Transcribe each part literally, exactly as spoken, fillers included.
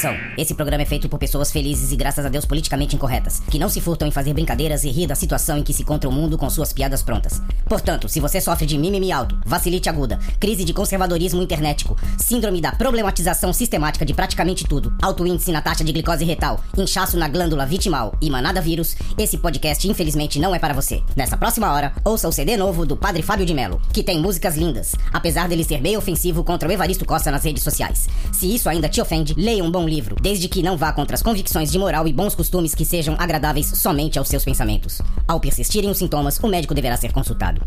Atenção, esse programa é feito por pessoas felizes e graças a Deus politicamente incorretas, que não se furtam em fazer brincadeiras e rir da situação em que se encontra o mundo com suas piadas prontas. Portanto, se você sofre de mimimi alto, vacilite aguda, crise de conservadorismo internetico, síndrome da problematização sistemática de praticamente tudo, alto índice na taxa de glicose retal, inchaço na glândula vitimal e manada vírus, esse podcast infelizmente não é para você. Nessa próxima hora, ouça o C D novo do Padre Fábio de Mello, que tem músicas lindas, apesar dele ser meio ofensivo contra o Evaristo Costa nas redes sociais. Se isso ainda te ofende, leia um bom livro, desde que não vá contra as convicções de moral e bons costumes que sejam agradáveis somente aos seus pensamentos. Ao persistirem os sintomas, o médico deverá ser consultado.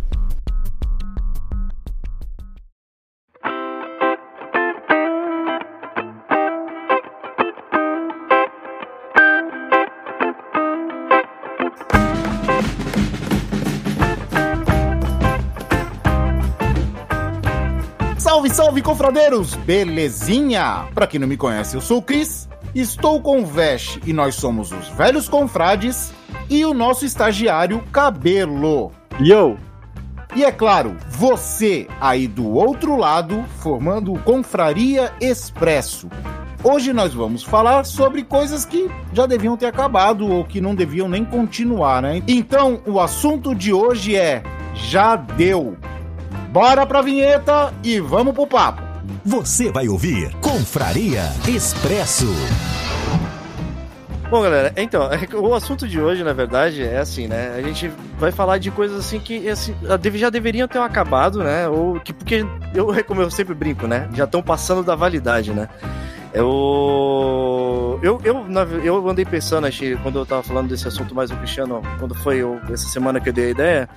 Salve, salve, confradeiros! Belezinha? Pra quem não me conhece, eu sou o Cris, estou com o Vesh e nós somos os Velhos Confrades e o nosso estagiário Cabelo. Yo! E é claro, você aí do outro lado, formando o Confraria Expresso. Hoje nós vamos falar sobre coisas que já deviam ter acabado ou que não deviam nem continuar, né? Então, o assunto de hoje é Já Deu! Bora pra vinheta e vamos pro papo. Você vai ouvir Confraria Expresso. Bom, galera, então, o assunto de hoje, na verdade, é assim, né? A gente vai falar de coisas assim que assim, já deveriam ter acabado, né? Ou que, porque, eu, como eu sempre brinco, né? Já estão passando da validade, né? Eu, eu, eu, eu andei pensando, achei, quando eu tava falando desse assunto mais o Cristiano, quando foi eu, essa semana que eu dei a ideia,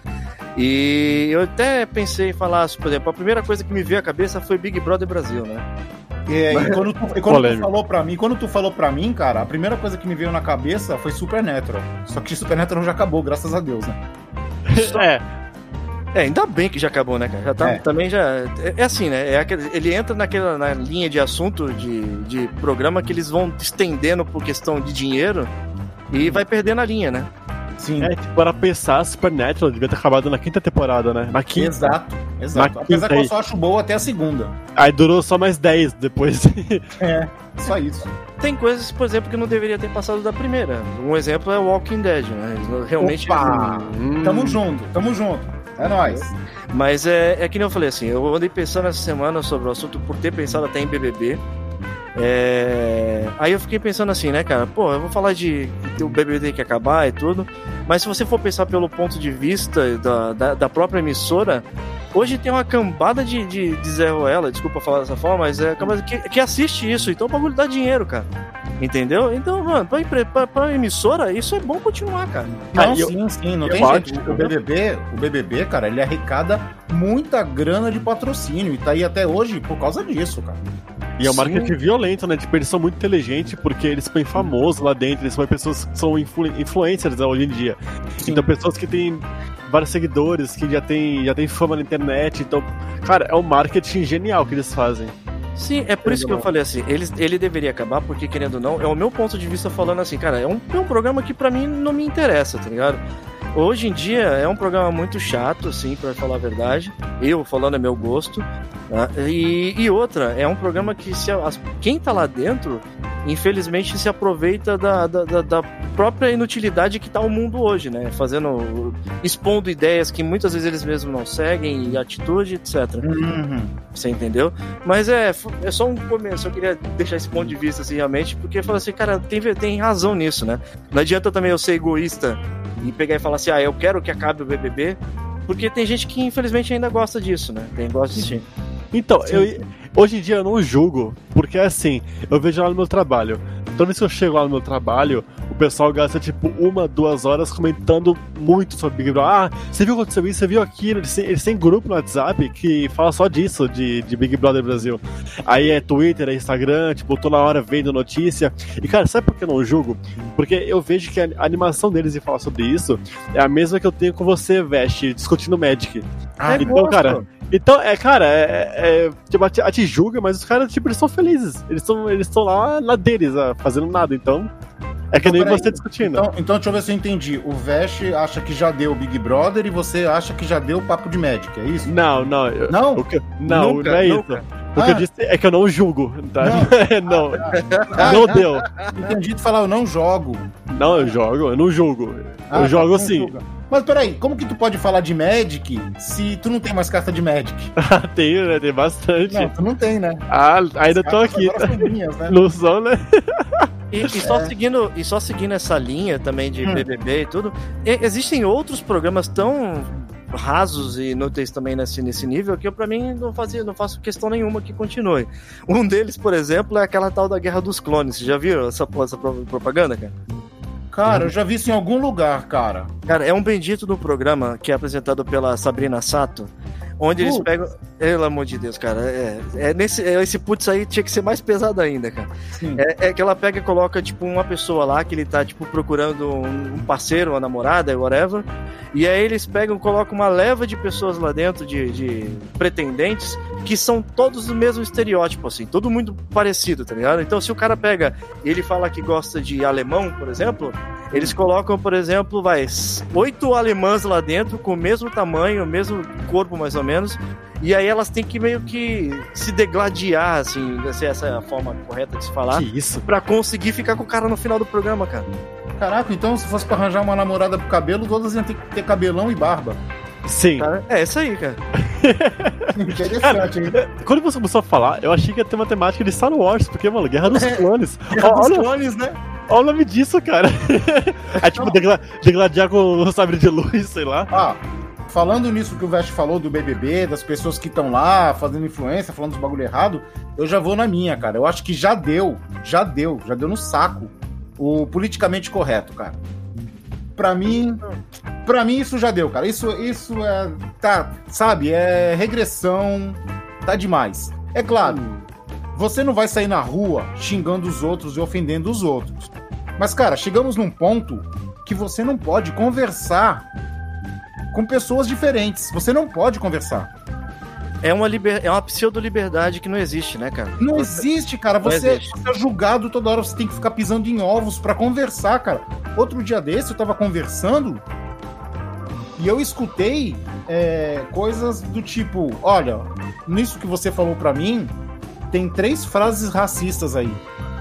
e eu até pensei em falar, por exemplo, a primeira coisa que me veio à cabeça foi Big Brother Brasil, né? É, e quando, tu, e quando tu falou pra mim, quando tu falou pra mim, cara, a primeira coisa que me veio na cabeça foi Supernatural. Só que Supernatural já acabou, graças a Deus, né? É. É, ainda bem que já acabou, né, cara? Já tá, é. Também já... É, é assim, né? É aquele, ele entra naquela na linha de assunto de, de programa que eles vão estendendo por questão de dinheiro e vai perdendo a linha, né? Sim. É, tipo, para pensar, Supernatural devia ter acabado na quinta temporada, né? Na quinta. Exato, exato. Na Apesar quinta que eu só acho boa até a segunda. Aí durou só mais dez depois. É, só isso. Tem coisas, por exemplo, que não deveria ter passado da primeira. Um exemplo é o Walking Dead, né? Realmente... Opa! Hum... Tamo junto, tamo junto. É nóis. Mas é, é que nem eu falei assim, eu andei pensando essa semana sobre o assunto por ter pensado até em B B B. É... Aí eu fiquei pensando assim, né, cara? Pô, eu vou falar de que o B B B tem que acabar e tudo, mas se você for pensar pelo ponto de vista da, da, da própria emissora, hoje tem uma cambada de, de, de Zé Ruela, desculpa falar dessa forma, mas é cambada que, que assiste isso, então o bagulho dá dinheiro, cara. Entendeu? Então, mano, pra, pra, pra emissora, isso é bom continuar, cara. Não, ah, sim, eu, sim, não eu tem acho, jeito. O B B B, o B B B, cara, ele arrecada muita grana de patrocínio e tá aí até hoje por causa disso, cara. E é um marketing violento, né? Tipo, eles são muito inteligentes porque eles põem famosos lá dentro, eles põem pessoas que são influ- influencers, né, hoje em dia. Sim. Então, pessoas que têm vários seguidores, que já tem, já tem fama na internet. Então, cara, é um marketing genial que eles fazem. Sim, é por isso que eu falei assim, ele, ele deveria acabar, porque querendo ou não, é o meu ponto de vista falando assim, cara, é um, é um programa que pra mim não me interessa, tá ligado? Hoje em dia é um programa muito chato, assim, pra falar a verdade, eu falando é meu gosto, né? e, e outra, é um programa que se, as, quem tá lá dentro, infelizmente se aproveita da, da, da, da própria inutilidade que tá o mundo hoje, né, fazendo, expondo ideias que muitas vezes eles mesmos não seguem, e atitude, etcétera. Uhum. Você entendeu? Mas é, é só um começo, eu queria deixar esse ponto de vista, assim, realmente, porque fala assim, cara, tem, tem razão nisso, né? Não adianta também eu ser egoísta e pegar e falar assim, ah, eu quero que acabe o B B B, porque tem gente que infelizmente ainda gosta disso, né? Tem gosta de assistir. Então, eu, hoje em dia eu não julgo, porque assim, eu vejo lá no meu trabalho, toda vez que eu chego lá no meu trabalho, o pessoal gasta tipo uma, duas horas comentando muito sobre Big Brother. Ah, você viu o que aconteceu isso, você viu aquilo? Eles têm, eles têm grupo no WhatsApp que fala só disso, de, de Big Brother Brasil. Aí é Twitter, é Instagram, tipo, toda hora vendo notícia. E cara, sabe por que eu não julgo? Porque eu vejo que a animação deles em falar sobre isso é a mesma que eu tenho com você, Vest, discutindo Magic. Ah, então, gosto. cara... Então, é, cara, é, é, tipo, a te, a te julga, mas os caras, tipo, eles são felizes. Eles estão eles lá na deles, ah, fazendo nada, então... É que então, nem você discutindo. Então, então, deixa eu ver se eu entendi. O Vesh acha que já deu o Big Brother e você acha que já deu o papo de Magic, é isso? Não, não. Eu, não? O que, não, nunca, não é nunca. isso. O que eu disse é que eu não julgo, tá? Não, não, não deu. Entendi tu falar, eu não jogo. Não, eu jogo, eu não julgo. Ah, eu jogo tá, sim. Julga. Mas peraí, como que tu pode falar de Magic se tu não tem mais carta de Magic? Tem, né? Tem bastante. Não, tu não tem, né? Ah, ainda tô aqui. Agora são minhas, né? Não são, né? E, e, só seguindo, e só seguindo essa linha também de hum. B B B e tudo, e, existem outros programas tão rasos e inúteis também nesse, nesse nível que eu, pra mim, não, fazia, não faço questão nenhuma que continue. Um deles, por exemplo, é aquela tal da Guerra dos Clones. Você já viu essa, essa propaganda, cara? Cara, eu já vi isso em algum lugar, cara. Cara, é um bendito do programa que é apresentado pela Sabrina Sato, onde uh. eles pegam... Pelo amor de Deus, cara. É, é nesse, é, esse putz aí tinha que ser mais pesado ainda, cara. É, é que ela pega e coloca, tipo, uma pessoa lá que ele tá, tipo, procurando um, um parceiro, uma namorada, whatever. E aí eles pegam e colocam uma leva de pessoas lá dentro, de, de pretendentes, que são todos do mesmo estereótipo, assim. Todo mundo parecido, tá ligado? Então, se o cara pega e ele fala que gosta de alemão, por exemplo, eles colocam, por exemplo, vai, oito alemãs lá dentro, com o mesmo tamanho, o mesmo corpo, mais ou menos. E aí elas têm que meio que se degladiar, assim, essa é a forma correta de se falar. Que isso? Pra conseguir ficar com o cara no final do programa, cara. Caraca, então se fosse pra arranjar uma namorada pro cabelo, todas iam ter que ter cabelão e barba. Sim. Cara, é isso aí, cara. Interessante, hein? Quando você começou a falar, eu achei que ia ter uma temática de Star Wars, porque, mano, Guerra dos Clones. Guerra dos olha, Clones, né? Olha o nome disso, cara. É tipo degla- degladiar com o sabre de luz, sei lá. Ah, falando nisso que o Vest falou do B B B, das pessoas que estão lá fazendo influência, falando dos bagulho errado, eu já vou na minha, cara. Eu acho que já deu, já deu, já deu no saco o politicamente correto, cara. Pra mim, pra mim isso já deu, cara. Isso, isso é, tá, sabe, é regressão, tá demais. É claro, você não vai sair na rua xingando os outros e ofendendo os outros. Mas, cara, chegamos num ponto que você não pode conversar com pessoas diferentes. Você não pode conversar. É uma, liber... é uma pseudo-liberdade que não existe, né, cara? Não você... existe, cara. Você, existe. você é julgado toda hora, você tem que ficar pisando em ovos pra conversar, cara. Outro dia desse, eu tava conversando e eu escutei é, coisas do tipo, olha, nisso que você falou pra mim, tem três frases racistas aí.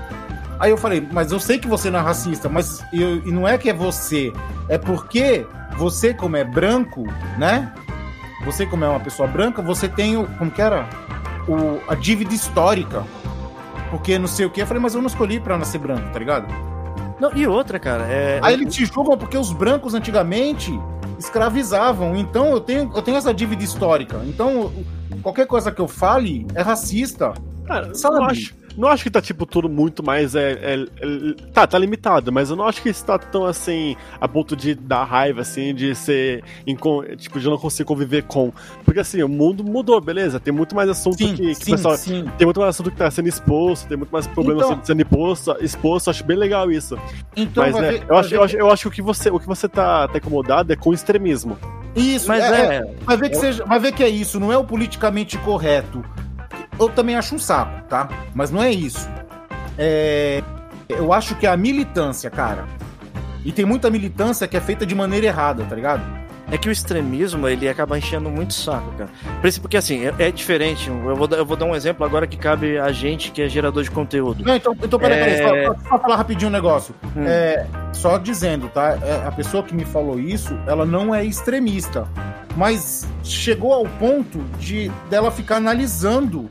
Aí eu falei, mas eu sei que você não é racista, mas eu, e não é que é você, é porque você, como é branco, né? Você, como é uma pessoa branca, você tem o, como que era? O, a dívida histórica. Porque não sei o que. Eu falei, mas eu não escolhi pra nascer branco, tá ligado? Não, e outra, cara, é... Aí eles te julgam porque os brancos antigamente escravizavam. Então eu tenho, eu tenho essa dívida histórica. Então qualquer coisa que eu fale é racista. Cara, sabe? Eu acho, não acho que tá, tipo, tudo muito mais. É, é, é, tá, tá limitado, mas eu não acho que isso tá tão assim, a ponto de dar raiva, assim, de ser. Inco, tipo, de eu não conseguir conviver com. Porque assim, o mundo mudou, beleza? Tem muito mais assunto sim, que, que sim, o pessoal. Sim. Tem muito mais assunto que tá sendo exposto, tem muito mais problema então, sendo, sendo exposto, exposto. Acho bem legal isso. Então, mas, né, ver, eu, acho, eu, acho, eu acho que o que você, o que você tá, tá incomodado é com o extremismo. Isso, mas é. é, vai, ver que seja, vai ver que é isso, não é o politicamente correto. Eu também acho um saco, tá? Mas não é isso. É... Eu acho que é a militância, cara. E tem muita militância que é feita de maneira errada, tá ligado? É que o extremismo, ele acaba enchendo muito saco, cara. Porque, assim, é, é diferente. Eu vou, eu vou dar um exemplo agora que cabe a gente que é gerador de conteúdo. Não, então, então peraí, é... peraí. Só, só falar rapidinho um negócio. Hum. É, só dizendo, tá? A pessoa que me falou isso, ela não é extremista. Mas chegou ao ponto de dela ficar analisando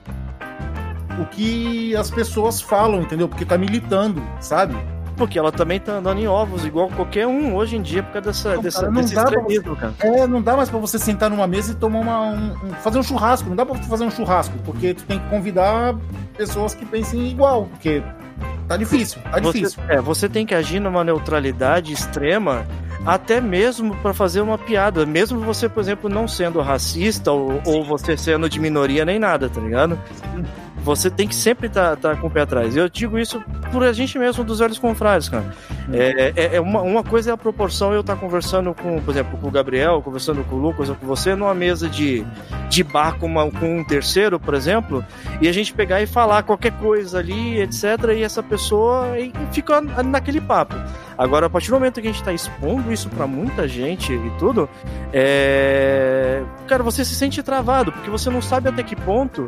o que as pessoas falam, entendeu? Porque tá militando, sabe? Porque ela também tá andando em ovos, igual qualquer um hoje em dia, por causa dessa, não, dessa, cara, não desse dá extremismo, você, cara. É, não dá mais pra você sentar numa mesa e tomar uma... Um, um, fazer um churrasco, não dá pra você fazer um churrasco, porque tu tem que convidar pessoas que pensem igual, porque tá difícil, tá você, difícil. É, você tem que agir numa neutralidade extrema, até mesmo pra fazer uma piada, mesmo você, por exemplo, não sendo racista ou, ou você sendo de minoria nem nada, tá ligado? Sim. Você tem que sempre estar tá, tá com o pé atrás. Eu digo isso por a gente mesmo dos velhos confrades, cara. Hum. É, é, é uma, uma coisa é a proporção eu estar tá conversando com, por exemplo, com o Gabriel, conversando com o Lucas ou com você numa mesa de, de bar com, uma, com um terceiro, por exemplo, e a gente pegar e falar qualquer coisa ali, etcétera, e essa pessoa e fica naquele papo. Agora, a partir do momento que a gente está expondo isso para muita gente e tudo, é... cara, você se sente travado, porque você não sabe até que ponto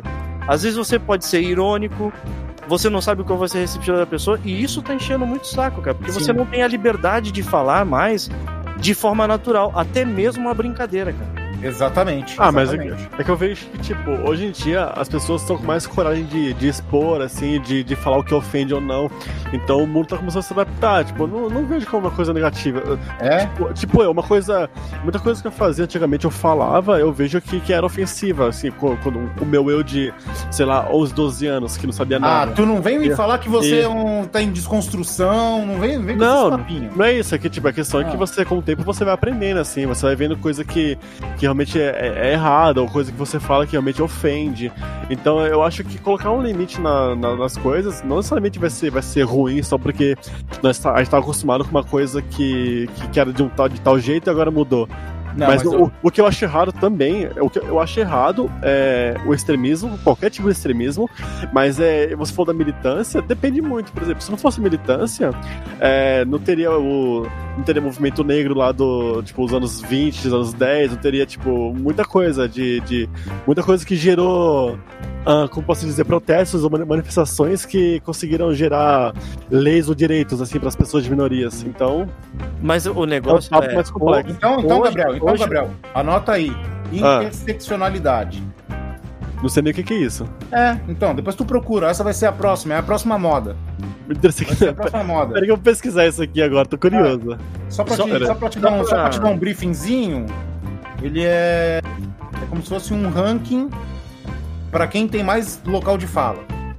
Às vezes você pode ser irônico, você não sabe qual vai ser a receptividade da pessoa, e isso tá enchendo muito o saco, cara, porque Sim. você não tem a liberdade de falar mais de forma natural, até mesmo uma brincadeira, cara. Exatamente. Ah, exatamente. mas é, é que eu vejo que, tipo, hoje em dia as pessoas estão com mais coragem de, de expor, assim, de, de falar o que ofende ou não. Então o mundo tá começando a se adaptar. Tipo, eu não, não vejo como uma coisa negativa. É? Tipo, tipo, é uma coisa. Muita coisa que eu fazia antigamente, eu falava, eu vejo que, que era ofensiva, assim, quando o meu eu de, sei lá, onze, doze anos, que não sabia nada. Ah, tu não vem me e, falar que você e... é um, tá em desconstrução, não vem, vem com não, esses papinhos. Não é isso, é que, tipo, a questão ah. é que você, com o tempo, você vai aprendendo, assim, você vai vendo coisa que, que realmente é, é, é errada, ou coisa que você fala que realmente ofende. Então eu acho que colocar um limite na, na, nas coisas não necessariamente vai ser, vai ser ruim só porque nós tá, a gente tá acostumado com uma coisa que, que, que era de um tal, de tal jeito e agora mudou. Não, mas mas o, eu... o que eu acho errado também, o que eu acho errado é o extremismo, qualquer tipo de extremismo, mas é, você falou da militância, depende muito. Por exemplo, se não fosse militância, é, não teria o não teria movimento negro lá do, tipo, os anos vinte, os anos dez, não teria, tipo, muita coisa de, de muita coisa que gerou Uh, como posso dizer, protestos ou manifestações que conseguiram gerar leis ou direitos, assim, para as pessoas de minorias. Então, mas o negócio é, um é... mais complexo. Então, então hoje, Gabriel, então, hoje... Gabriel, anota aí. Interseccionalidade. Ah, não sei nem o que, que é isso. É, então, depois tu procura. Essa vai ser a próxima, é a próxima moda. Vai ser a próxima moda. Peraí que eu vou pesquisar isso aqui agora, tô curioso. É, só pra, só, te, só, pra te dar um, só pra te dar um briefingzinho, ele é... é como se fosse um ranking pra quem tem mais local de fala.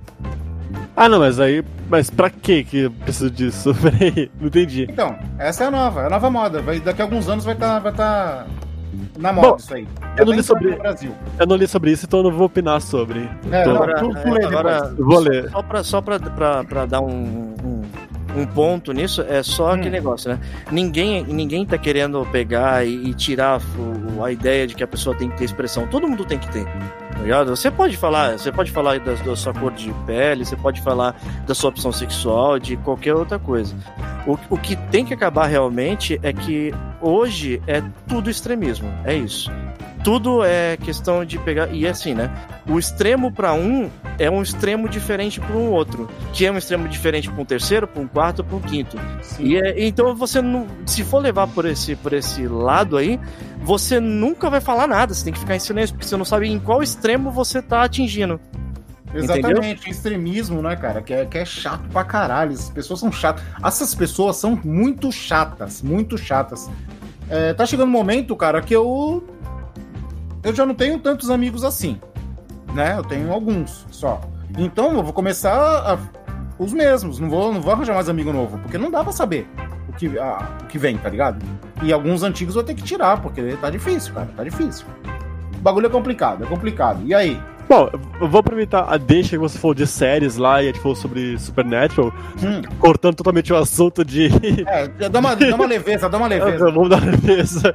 Ah, não, mas aí... Mas pra que que eu preciso disso? Peraí, não entendi. Então, essa é a nova, é a nova moda. Vai, daqui a alguns anos vai estar tá, vai tá na moda. Bom, isso aí. Eu não, li sobre, eu não li sobre isso, então eu não vou opinar sobre. É, então, agora, tu, tu lê agora, vou ler. Só pra, só pra, pra, pra dar um... um... Um ponto nisso é só hum. aquele negócio, né? Ninguém, ninguém tá querendo pegar e, e tirar o, a ideia de que a pessoa tem que ter expressão. Todo mundo tem que ter. Tá ligado? Você pode falar, você pode falar da, da sua cor de pele, você pode falar da sua opção sexual, de qualquer outra coisa. O, o que tem que acabar realmente é que hoje é tudo extremismo. É isso. Tudo é questão de pegar... E assim, né? O extremo para um é um extremo diferente para um outro. Que é um extremo diferente para um terceiro, para um quarto, para um quinto. E é, então você não... Se for levar por esse, por esse lado aí, você nunca vai falar nada. Você tem que ficar em silêncio, porque você não sabe em qual extremo você tá atingindo. Exatamente, entendeu? Extremismo, né, cara? Que é, que é chato pra caralho. As pessoas são chatas. Essas pessoas são muito chatas. Muito chatas. É, tá chegando um momento, cara, que eu... Eu já não tenho tantos amigos assim, né? Eu tenho alguns só. Então eu vou começar a... os mesmos. Não vou, não vou arranjar mais amigo novo, porque não dá pra saber o que, a, o que vem, tá ligado? E alguns antigos eu vou ter que tirar, porque tá difícil, cara. Tá difícil. O bagulho é complicado, é complicado. E aí? Bom, eu vou aproveitar a deixa que você falou de séries lá e a gente falou sobre Supernatural, hum. cortando totalmente o assunto de... É, dá uma, dá uma leveza, dá uma leveza. Vamos dar uma leveza.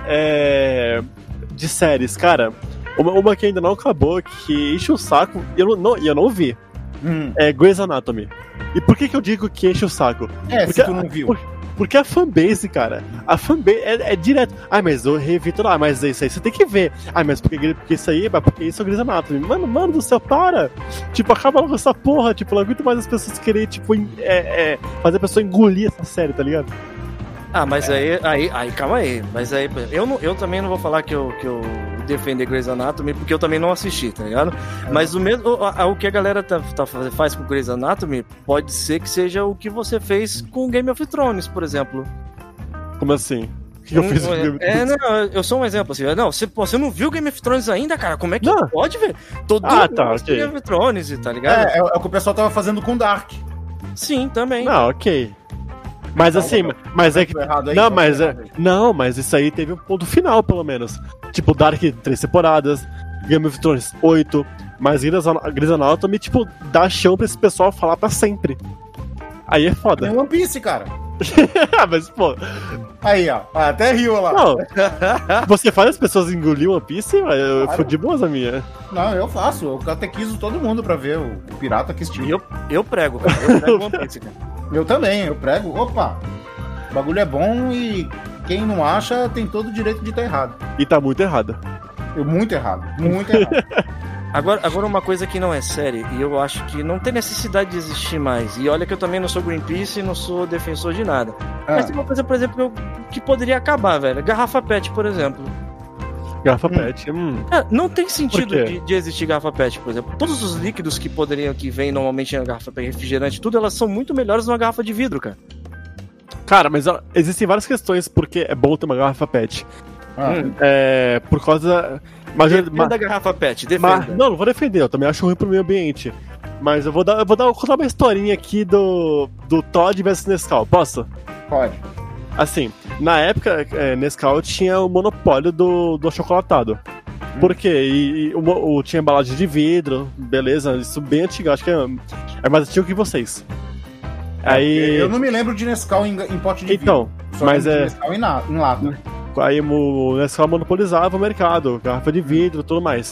É... De séries, cara, uma, uma que ainda não acabou, que enche o saco, e eu não, eu não vi, hum. é Grey's Anatomy. E por que que eu digo que enche o saco? É, porque, se tu não viu. Por, porque a fanbase, cara, a fanbase é, é direto. Ah, mas eu revi tudo, ah, mas isso aí você tem que ver. Ah, mas porque, porque isso aí, porque isso é Grey's Anatomy. Mano, mano do céu, para! Tipo, acaba logo essa porra, tipo, não aguento mais as pessoas querem, tipo, é, é, fazer a pessoa engolir essa série, tá ligado? Ah, mas aí, aí, aí, calma aí. Mas aí, eu, não, eu também não vou falar que eu, que eu defendo Grey's Anatomy, porque eu também não assisti, tá ligado? Mas o mesmo, o, o que a galera tá, tá, faz com Grey's Anatomy pode ser que seja o que você fez com Game of Thrones, por exemplo. Como assim? O que eu fiz com Game of Thrones? É, não, eu sou um exemplo assim. Não, você, pô, você não viu Game of Thrones ainda, cara? Como é que não. pode ver? Todo ah, mundo tá, okay. Game of Thrones, tá ligado? É, é o que o pessoal tava fazendo com Dark. Sim, também. Não, ok. Mas assim, mas é que. Não, mas é. Não, mas isso aí teve um ponto final, pelo menos. Tipo, Dark, três temporadas, Game of Thrones, oito. Mas Grey's Anatomy, tipo, dá chão pra esse pessoal falar pra sempre. Aí é foda. Tem One Piece, cara. Mas, pô. Aí, ó. Até riu lá. Não. Você faz as pessoas engolir One Piece? Eu claro. Fui de boas a minha. Não, eu faço. Eu catequizo todo mundo pra ver o pirata que estima. Eu, eu prego, cara. Eu prego One Piece, cara. Eu também, eu prego. Opa, o bagulho é bom e quem não acha tem todo o direito de estar errado. E tá muito errado. Eu, muito errado, muito errado. Agora, agora uma coisa que não é séria, e eu acho que não tem necessidade de existir mais. E olha que eu também não sou Greenpeace e não sou defensor de nada. Ah. Mas tem uma coisa, por exemplo, que, eu, que poderia acabar, velho. Garrafa pet, por exemplo. Garrafa hum. pet. Hum. É, não tem sentido de, de existir garrafa pet, por exemplo. Todos os líquidos que poderiam, que vêm normalmente na garrafa pet, refrigerante, tudo, elas são muito melhores numa garrafa de vidro, cara. Cara, mas ó, existem várias questões porque é bom ter uma garrafa pet. Ah. Hum, é, por causa... Mas, defenda mas, a garrafa pet, defenda. Mas, não, não vou defender, eu também acho ruim pro meio ambiente. Mas eu vou dar, eu vou dar, eu vou contar uma historinha aqui do, do Todd versus Nescau, posso? Pode. Assim, na época, é, Nescau tinha o monopólio do, do achocolatado. Hum. Por quê? E, e o, o, tinha embalagem de vidro, beleza, isso bem antigo, acho que é, é mais antigo que vocês. É, Aí... Eu não me lembro de Nescau em, em pote de então, vidro. Só mas é... Nescau em, na, em lata. Aí o Nescau monopolizava o mercado, garrafa de vidro e tudo mais.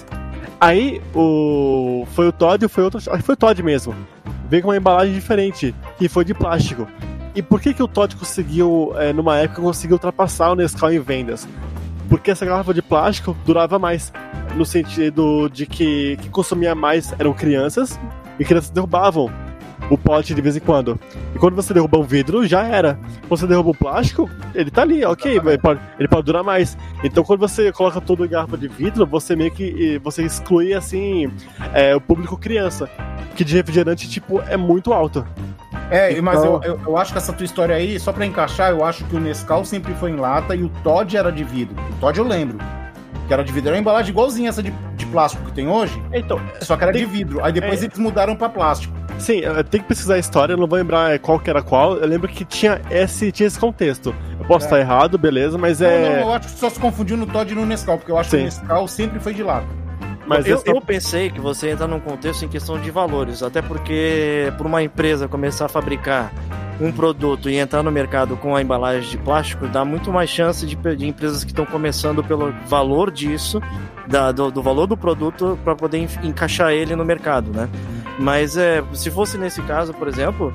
Aí o... foi o Todd ou foi outro... Acho que foi o Todd mesmo. Veio com uma embalagem diferente, que foi de plástico. E por que que o Todd conseguiu, é, numa época, conseguiu ultrapassar o Nescau em vendas? Porque essa garrafa de plástico durava mais. No sentido de que quem consumia mais eram crianças, e crianças derrubavam o pote de vez em quando. E quando você derruba um vidro, já era. Quando você derruba o plástico, ele tá ali, ok, ele pode, ele pode durar mais. Então quando você coloca tudo em garrafa de vidro, você meio que você exclui, assim, é, o público criança, que de refrigerante, tipo, é muito alto. É, então... mas eu, eu, eu acho que essa tua história aí, só pra encaixar, eu acho que o Nescau sempre foi em lata e o Todd era de vidro. O Todd eu lembro. Que era de vidro, era uma embalagem igualzinha essa de, de plástico que tem hoje. Então, só que era tem... de vidro. Aí depois é... eles mudaram pra plástico. Sim, eu tenho que pesquisar a história, eu não vou lembrar qual que era qual. Eu lembro que tinha esse, tinha esse contexto. Eu posso é. estar errado, beleza, mas não, é... Não, eu acho que só se confundiu no Todd e no Nescau, porque eu acho Sim. que o Nescau sempre foi de lata. Mas eu, eu pensei que você entra num contexto em questão de valores, até porque por uma empresa começar a fabricar um produto e entrar no mercado com a embalagem de plástico, dá muito mais chance de, de empresas que estão começando pelo valor disso, da, do, do valor do produto, para poder encaixar ele no mercado, né? Mas é, se fosse nesse caso, por exemplo,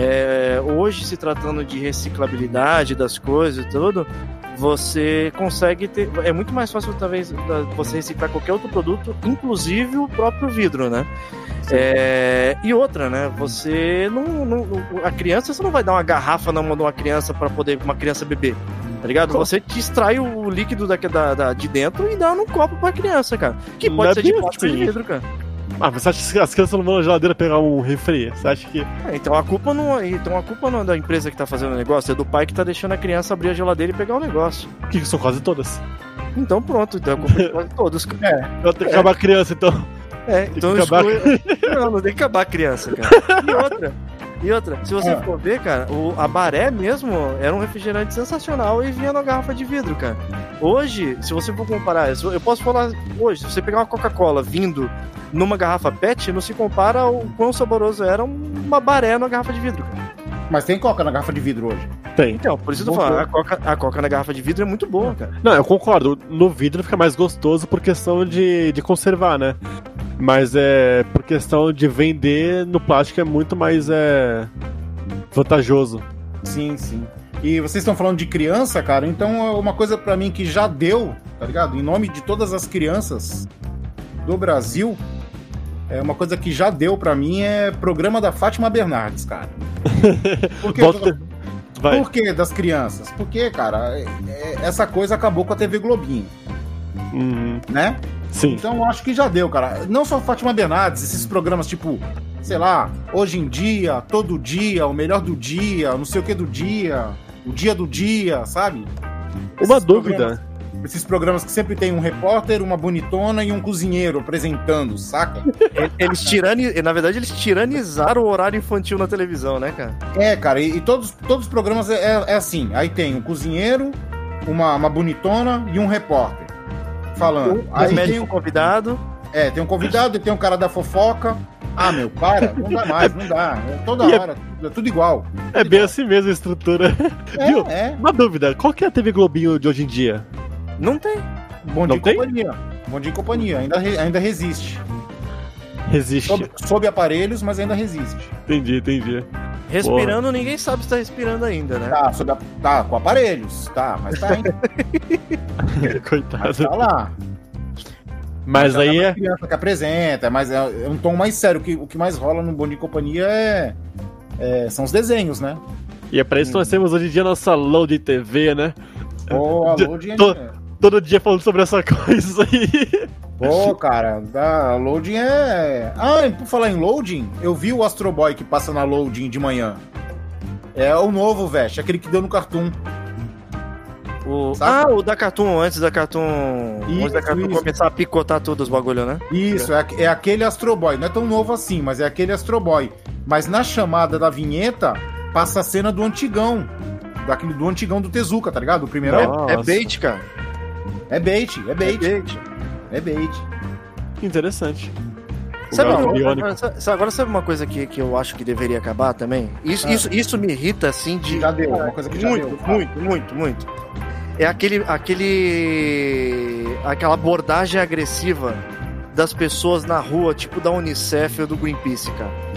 é, hoje se tratando de reciclabilidade das coisas e tudo, você consegue ter... É muito mais fácil, talvez, você reciclar qualquer outro produto, inclusive o próprio vidro, né? É, e outra, né? Você não, não... A criança, você não vai dar uma garrafa na mão de uma criança para poder uma criança beber, tá ligado? Como? Você te extrai o líquido da, da, da, de dentro e dá num copo pra criança, cara. Que pode não ser de plástico ou de vidro, cara. Ah, mas você acha que as crianças não vão na geladeira pegar um refri? Você acha que... É, então a culpa não, então a culpa não é da empresa que tá fazendo o negócio, é do pai que tá deixando a criança abrir a geladeira e pegar o negócio. Que são quase todas. Então pronto, então a culpa é quase todas. É, vai ter que é. acabar a criança, então. É, então acabar... exclui... Não, não tem que acabar a criança, cara. E outra... E outra, se você é. for ver, cara, o, a Baré mesmo era um refrigerante sensacional e vinha na garrafa de vidro, cara. Hoje, se você for comparar, eu posso falar hoje, se você pegar uma Coca-Cola vindo numa garrafa pet, não se compara ao quão saboroso era uma Baré na garrafa de vidro, cara. Mas tem Coca na garrafa de vidro hoje? Tem. Então, por isso eu tô falando, a Coca, a Coca na garrafa de vidro é muito boa, cara. Não, eu concordo, no vidro fica mais gostoso por questão de, de conservar, né? Mas é por questão de vender no plástico é muito mais é, vantajoso. Sim, sim. E vocês estão falando de criança, cara, então uma coisa pra mim que já deu, tá ligado? Em nome de todas as crianças do Brasil, é uma coisa que já deu pra mim é programa da Fátima Bernardes, cara. Por que, Volta... Vai. Por que das crianças? Porque, cara, essa coisa acabou com a T V Globinho. Uhum. Né? Sim. Então eu acho que já deu, cara. Não só Fátima Bernardes, esses programas tipo, sei lá, Hoje em Dia, Todo Dia, O Melhor do Dia, não sei o que do dia, O Dia do Dia, sabe? Uma dúvida. Esses programas que sempre tem um repórter, uma bonitona e um cozinheiro apresentando, saca? Eles tirani... Na verdade, eles tiranizaram o horário infantil na televisão, né, cara? É, cara, e, e todos, todos os programas é, é assim. Aí tem um cozinheiro, uma, uma bonitona e um repórter falando. Um, aí tem um convidado. É, tem um convidado e tem um cara da fofoca. Ah, meu, para, não dá mais, não dá. É toda e hora, é, é tudo igual. Tudo é igual. Bem assim mesmo a estrutura. É, Viu? É. Uma dúvida, qual que é a T V Globinho de hoje em dia? Não tem. Bom Dia e Companhia. Bom Dia e Companhia, ainda, ainda resiste. Resiste. Sob, sob aparelhos, mas ainda resiste. Entendi, entendi. Respirando, Porra. Ninguém sabe se tá respirando ainda, né? Tá, sob a, tá com aparelhos, tá, mas tá ainda. Coitado. Mas tá lá. Mas Mas aí é é. uma criança que apresenta, mas é, é um tom mais sério. O que, o que mais rola no Bom Dia e Companhia é, é- são os desenhos, né? E é pra isso que nós temos hoje em dia a nossa Load T V, né? Pô, a Loading Tô- é... Todo dia falando sobre essa coisa aí. Pô, cara, a Loading é... Ah, e por falar em Loading, eu vi o Astro Boy que passa na Loading de manhã. É o novo, Veste, aquele que deu no Cartoon. O... Saca? Ah, o da Cartoon, antes da Cartoon. Isso, antes da Cartoon isso. começar a picotar tudo os bagulho, né? Isso, é, é aquele Astro Boy. Não é tão novo assim, mas é aquele Astro Boy. Mas na chamada da vinheta, passa a cena do antigão. Daquele, do antigão do Tezuka, tá ligado? O primeiro Nossa. É bait, cara. é bait, é bait, É bait. é bait. Interessante. Sabe, Gato uma- biônico. agora, sabe- agora sabe uma coisa que, que eu acho que deveria acabar também? Isso, Ah. isso, isso me irrita, assim, de... Já deu, uma coisa que já muito, deu. muito, muito, muito. É aquele, aquele... aquela abordagem agressiva das pessoas na rua, tipo da Unicef ou do Greenpeace, cara.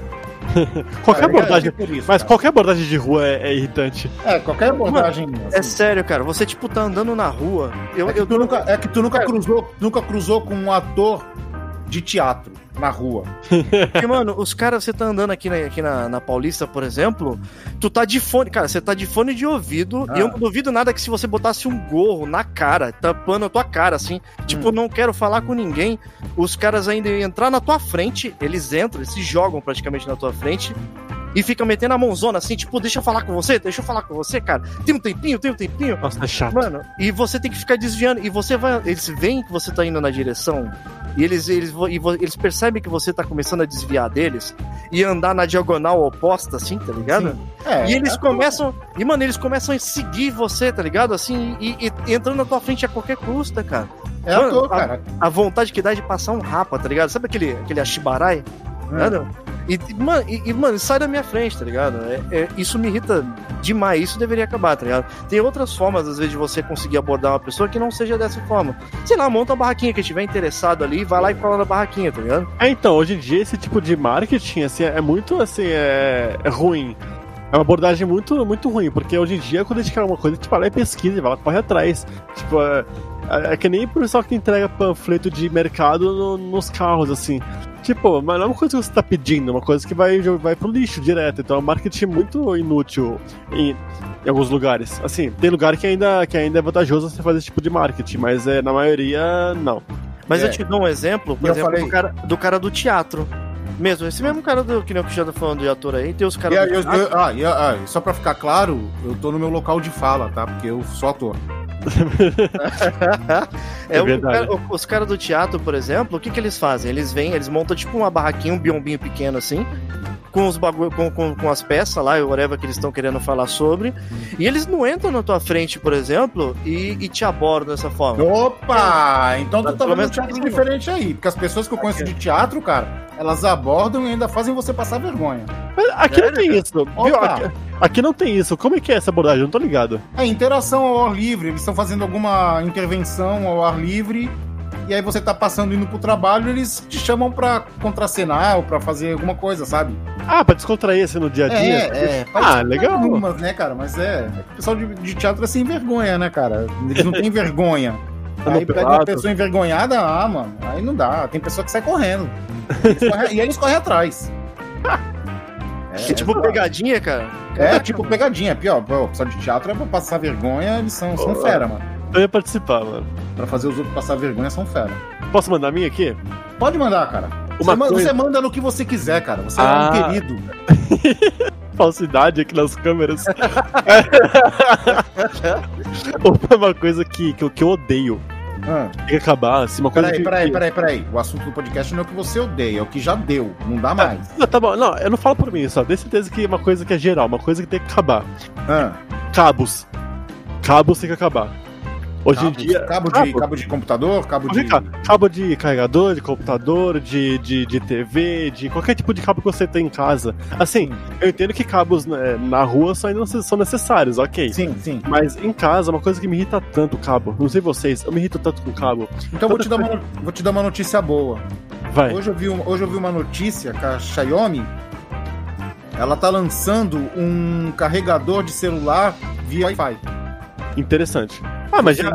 Qualquer Cara, abordagem. é por isso, Mas cara. qualquer abordagem de rua é, é irritante. É, qualquer abordagem. É assim. sério, cara. Você, tipo, tá andando na rua... Eu, É que eu tu nunca, é que tu nunca cruzou, nunca cruzou com um ator de teatro na rua. Porque, mano, os caras, você tá andando aqui, na, aqui na, na Paulista, por exemplo, tu tá de fone, cara, você tá de fone de ouvido, Ah. e eu não duvido nada que se você botasse um gorro na cara, tampando a tua cara, assim, tipo, Hum. não quero falar com ninguém, os caras ainda iam entrar na tua frente, eles entram, eles se jogam praticamente na tua frente, e ficam metendo a mãozona, assim, tipo, deixa eu falar com você, deixa eu falar com você, cara, tem um tempinho, tem um tempinho. Nossa, é chato. Mano, e você tem que ficar desviando, e você vai, eles veem que você tá indo na direção, e eles, eles, vo- e vo- eles percebem que você tá começando a desviar deles, e andar na diagonal oposta, assim, tá ligado? É, E eles é- começam, e mano, eles começam a seguir você, tá ligado? Assim, e, e entrando na tua frente a qualquer custa, cara. É Mano, ator, cara. A vontade que dá de passar um rapa, tá ligado? Sabe aquele, aquele Ashibarai? É. Mano, e, e, mano, e, e, mano, sai da minha frente, tá ligado? É, é- isso me irrita demais, isso deveria acabar, tá ligado? Tem outras formas, às vezes, de você conseguir abordar uma pessoa que não seja dessa forma. Sei lá, monta uma barraquinha, que estiver interessado ali, vai lá e cola na barraquinha, tá ligado? É, então, hoje em dia esse tipo de marketing, assim, é muito, assim, é, é ruim. É uma abordagem muito, muito ruim, porque hoje em dia, quando a gente quer alguma coisa, a gente vai lá e pesquisa, e vai lá, corre atrás. Tipo, é, é que nem o pessoal que entrega panfleto de mercado no- nos carros, assim. Tipo, mas não é uma coisa que você tá pedindo, é uma coisa que vai, vai pro lixo direto. Então é um marketing muito inútil em, em alguns lugares. Assim, tem lugar que ainda, que ainda é vantajoso você fazer esse tipo de marketing, mas é, na maioria, não. Mas É. eu te dou um exemplo, por E eu exemplo, falei- do, cara, do cara do teatro. Mesmo, esse mesmo cara do que nem o que já tá falando de ator aí, tem os E caras aí, do eu- teatro. eu- ah, e, ah, e só pra ficar claro, eu tô no meu local de fala, tá? Porque eu sou ator. É, É o verdade. cara- o- os caras do teatro, por exemplo, o que que eles fazem? Eles vêm, eles montam tipo uma barraquinha, um biombinho pequeno assim, com os bagulho, com, com, com as peças lá, whatever que eles estão querendo falar sobre, e eles não entram na tua frente, por exemplo, e, e te abordam dessa forma. Opa! Então tu tá Pelo vendo um menos teatro aqui, diferente aí. Porque as pessoas que eu conheço de teatro, cara, elas abordam e ainda fazem você passar vergonha. Mas aqui não Sério, tem cara? isso, viu? Opa! Aqui, aqui não tem isso. Como é que é essa abordagem? Eu não tô ligado. É interação ao ar livre. Eles estão fazendo alguma intervenção ao ar livre. E aí você tá passando indo pro trabalho, eles te chamam pra contracenar ou pra fazer alguma coisa, sabe? Ah, pra descontrair assim no dia a dia. É, é. Ah, legal. Algumas, né, cara? Mas é. O pessoal de, de teatro é sem vergonha, né, cara? Eles não têm vergonha. Andam Aí pega uma pelado. pessoa envergonhada, ah, mano, aí não dá. Tem pessoa que sai correndo. Eles correm- e eles correm atrás. É tipo pegadinha, cara. É, tipo pegadinha. Pior, pô, o pessoal de teatro é pra passar vergonha, eles são, são fera, mano. Eu ia participar, mano. Pra fazer os outros passar vergonha, são fera. Posso mandar a minha aqui? Pode mandar, cara. Uma Você, ma- coisa- você manda no que você quiser, cara. Você Ah. é um querido. Falsidade aqui nas câmeras. Uma coisa que, que, eu, que eu odeio. Ah, Tem que acabar, assim, uma coisa peraí, que... peraí, que- peraí, peraí. O assunto do podcast não é o que você odeia, é o que já deu. Não dá mais. Não, tá bom, não, eu não falo por mim, só tenho certeza que é uma coisa que é geral, uma coisa que tem que acabar. Ah, Cabos. Cabos tem que acabar. Hoje cabos, em dia. Cabo de, cabo. cabo de computador, cabo de. Vem cá, cabo de carregador, de computador, de, de, de T V, de qualquer tipo de cabo que você tem em casa. Assim, eu entendo que cabos né, na rua só ainda não são necessários, ok. Sim, sim. Mas em casa, uma coisa que me irrita tanto o cabo. Não sei vocês, eu me irrito tanto com cabo. Então eu vou te dar uma, vou te dar uma notícia boa. Vai. Hoje eu, vi, um- hoje eu vi uma notícia que a Xiaomi ela tá lançando um carregador de celular via Wi-Fi. Interessante. Ah, mas já,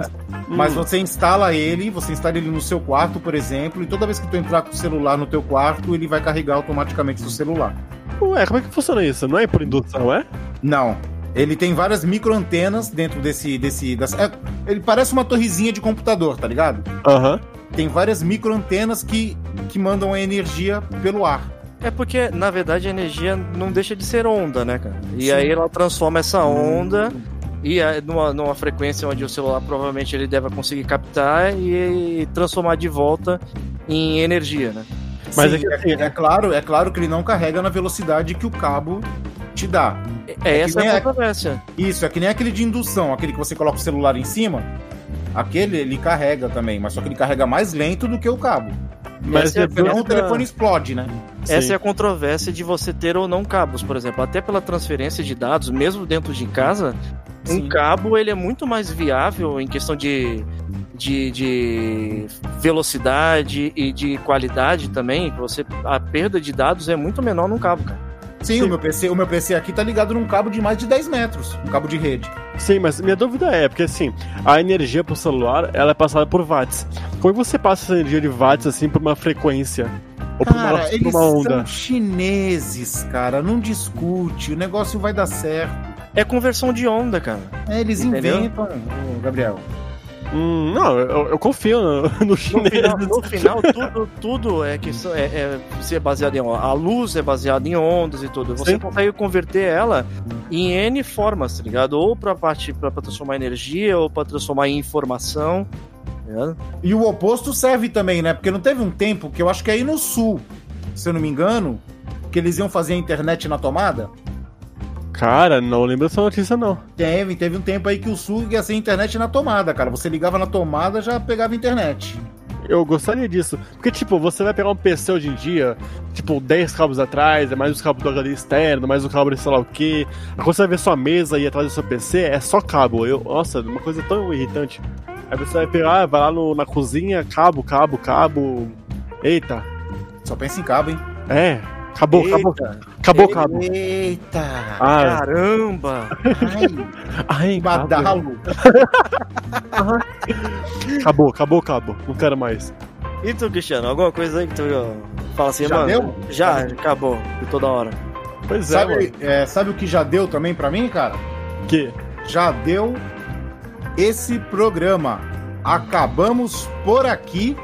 Mas Hum. você instala ele, você instala ele no seu quarto, por exemplo, e toda vez que tu entrar com o celular no teu quarto, ele vai carregar automaticamente seu celular. Ué, como é que funciona isso? Não é por indução, é? Não. Ele tem várias microantenas dentro desse... desse das, é, ele parece uma torrezinha de computador, tá ligado? Aham. Tem várias microantenas que, que mandam a energia pelo ar. É porque, na verdade, a energia não deixa de ser onda, né, cara? E Sim. aí ela transforma essa onda e aí, numa, numa frequência onde o celular provavelmente ele deve conseguir captar e, e transformar de volta em energia, né? Mas Sim, é que assim, é, é claro, é claro que ele não carrega na velocidade que o cabo te dá. É, essa que é nem a a- controvérsia. Isso, é que nem aquele de indução, aquele que você coloca o celular em cima. Aquele ele carrega também, mas só que ele carrega mais lento do que o cabo. Mas Essa é a depois Senão o da- telefone explode, né? Essa Sim. é a controvérsia de você ter ou não cabos, por exemplo. Até pela transferência de dados, mesmo dentro de casa, um Sim. cabo ele é muito mais viável em questão de, de, de velocidade e de qualidade também. Você, a perda de dados é muito menor num cabo, cara. Sim, Sim. O, meu P C, o meu P C aqui tá ligado num cabo de mais de dez metros, um cabo de rede. Sim, mas minha dúvida é, porque assim, a energia pro celular, ela é passada por watts. Como é que você passa essa energia de watts, assim, por uma frequência? Ou por uma, Cara, por eles uma onda? são chineses, cara, não discute, o negócio vai dar certo. É conversão de onda, cara. É, eles Entendeu? inventam, ô, Gabriel. Hum, não, eu, eu confio no, no No chinês. final, no final, tudo, tudo é que é, é, é baseado em onda. A luz é baseada em ondas e tudo. Você Sim. consegue converter ela em N formas, tá ligado? Ou pra parte pra, pra transformar em energia, ou pra transformar em informação. Tá ligado? E o oposto serve também, né? Porque não teve um tempo que eu acho que é aí no sul, se eu não me engano, que eles iam fazer a internet na tomada. Cara, não lembro dessa notícia, não. Teve, teve um tempo aí que o sul ia ser internet na tomada, cara. Você ligava na tomada, já pegava internet. Eu gostaria disso. Porque, tipo, você vai pegar um P C hoje em dia, tipo, dez cabos atrás, é mais os cabos do H D externo, mais o cabo de sei lá o quê. Quando você vai ver sua mesa aí atrás do seu P C, é só cabo. Eu, nossa, uma coisa tão irritante. Aí você vai pegar, vai lá no, na cozinha, cabo, cabo, cabo. Eita. Só pensa em cabo, hein? É, acabou, acabou. Eita. Acabou o cabo. Eita! Ah, Caramba! Ai, ai, cabo. badalo! Acabou, acabou o cabo. Não quero mais. E tu, Cristiano, alguma coisa aí que tu fala assim, Já mano? deu? Já, acabou. De toda hora. Pois é, mano. Sabe, é, sabe o que já deu também pra mim, cara? Que? Já deu esse programa. Acabamos por aqui.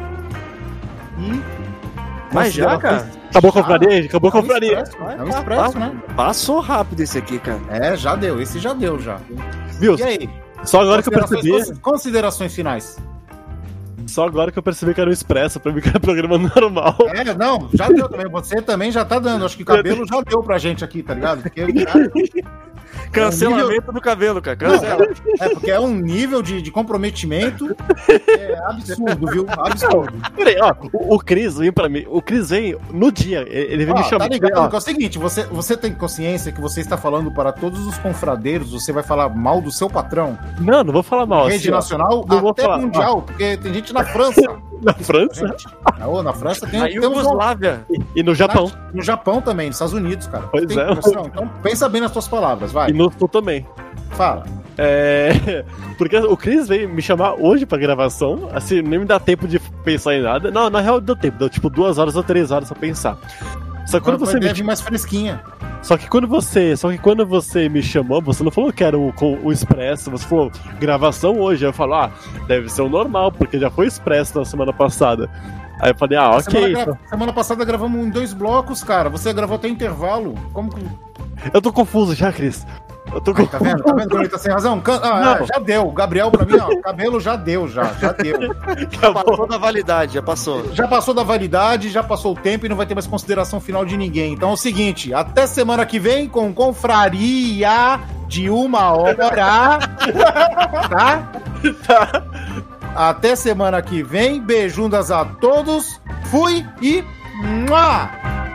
E. Mas já, cara? Acabou a Já. confraria? Acabou a É um confraria. expresso, é um expresso, né? Passou rápido esse aqui, cara. É, já deu. Esse já deu, já. Viu? E aí? Só agora que eu Considerações- percebi. consi- Considerações finais. Só agora que eu percebi que era um expresso, pra mim que era programa normal. É, não, já deu também. Você também já tá dando. Acho que o cabelo já deu pra gente aqui, tá ligado? Porque, cara, Cancelamento do cabelo, cara. não, Cancela. é, é porque é um nível de, de comprometimento é absurdo, viu? Absurdo. Peraí, ó, o, o Cris vem pra mim. O Cris vem no dia. Ele ele vem Ó, me chamar. tá ligado? ó, Que é o seguinte, você, você tem consciência que você está falando para todos os confradeiros, você vai falar mal do seu patrão, Não, não vou falar mal. rede assim, ó. nacional, não vou até falar, mundial, porque tem gente na França. Na França Gente, na, na França tem, Na temos um- Iugoslávia. e no Japão. no Japão também, nos Estados Unidos, cara. Pois Tem é. noção? Então pensa bem nas suas palavras, vai. E no Sul também. Fala. É. Porque o Cris veio me chamar hoje pra gravação. Assim, nem me dá tempo de pensar em nada. Não, na real deu tempo. Deu tipo duas horas ou três horas pra pensar. Só que quando Quando você me deve mais fresquinha. Só que quando você, só que quando você me chamou, você não falou que era o, com- o expresso, você falou gravação hoje. Eu falo, ah, deve ser o normal, porque já foi expresso na semana passada. Aí eu falei, ah, ok. Semana, gra- semana passada gravamos em dois blocos, cara. Você gravou até intervalo. Como que. Eu tô confuso já, Cris. Eu tô Ai, confuso. tá vendo? Tá vendo que ele tá sem razão? Can- Ah, Não. é, já deu. O Gabriel, pra mim, ó, cabelo já deu, já. Já deu. Passou da validade, já passou. Já passou da validade, já passou o tempo e não vai ter mais consideração final de ninguém. Então é o seguinte, até semana que vem com confraria de uma hora, tá? Tá. Até semana que vem, beijundas a todos, fui e... Mua!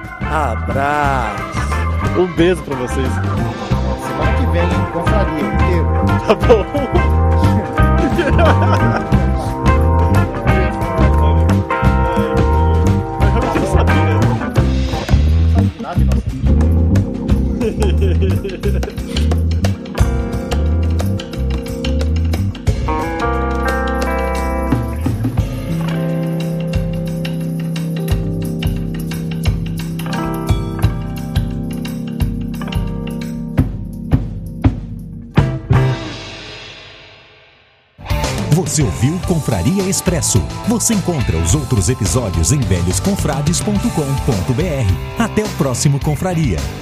Abraço. Um beijo pra vocês. Semana que vem, hein? Confraria inteiro. Tá bom. Eu realmente não sabia. Nada de nossa. Você ouviu Confraria Expresso. Você encontra os outros episódios em velhos confrades ponto com ponto br. Até o próximo Confraria.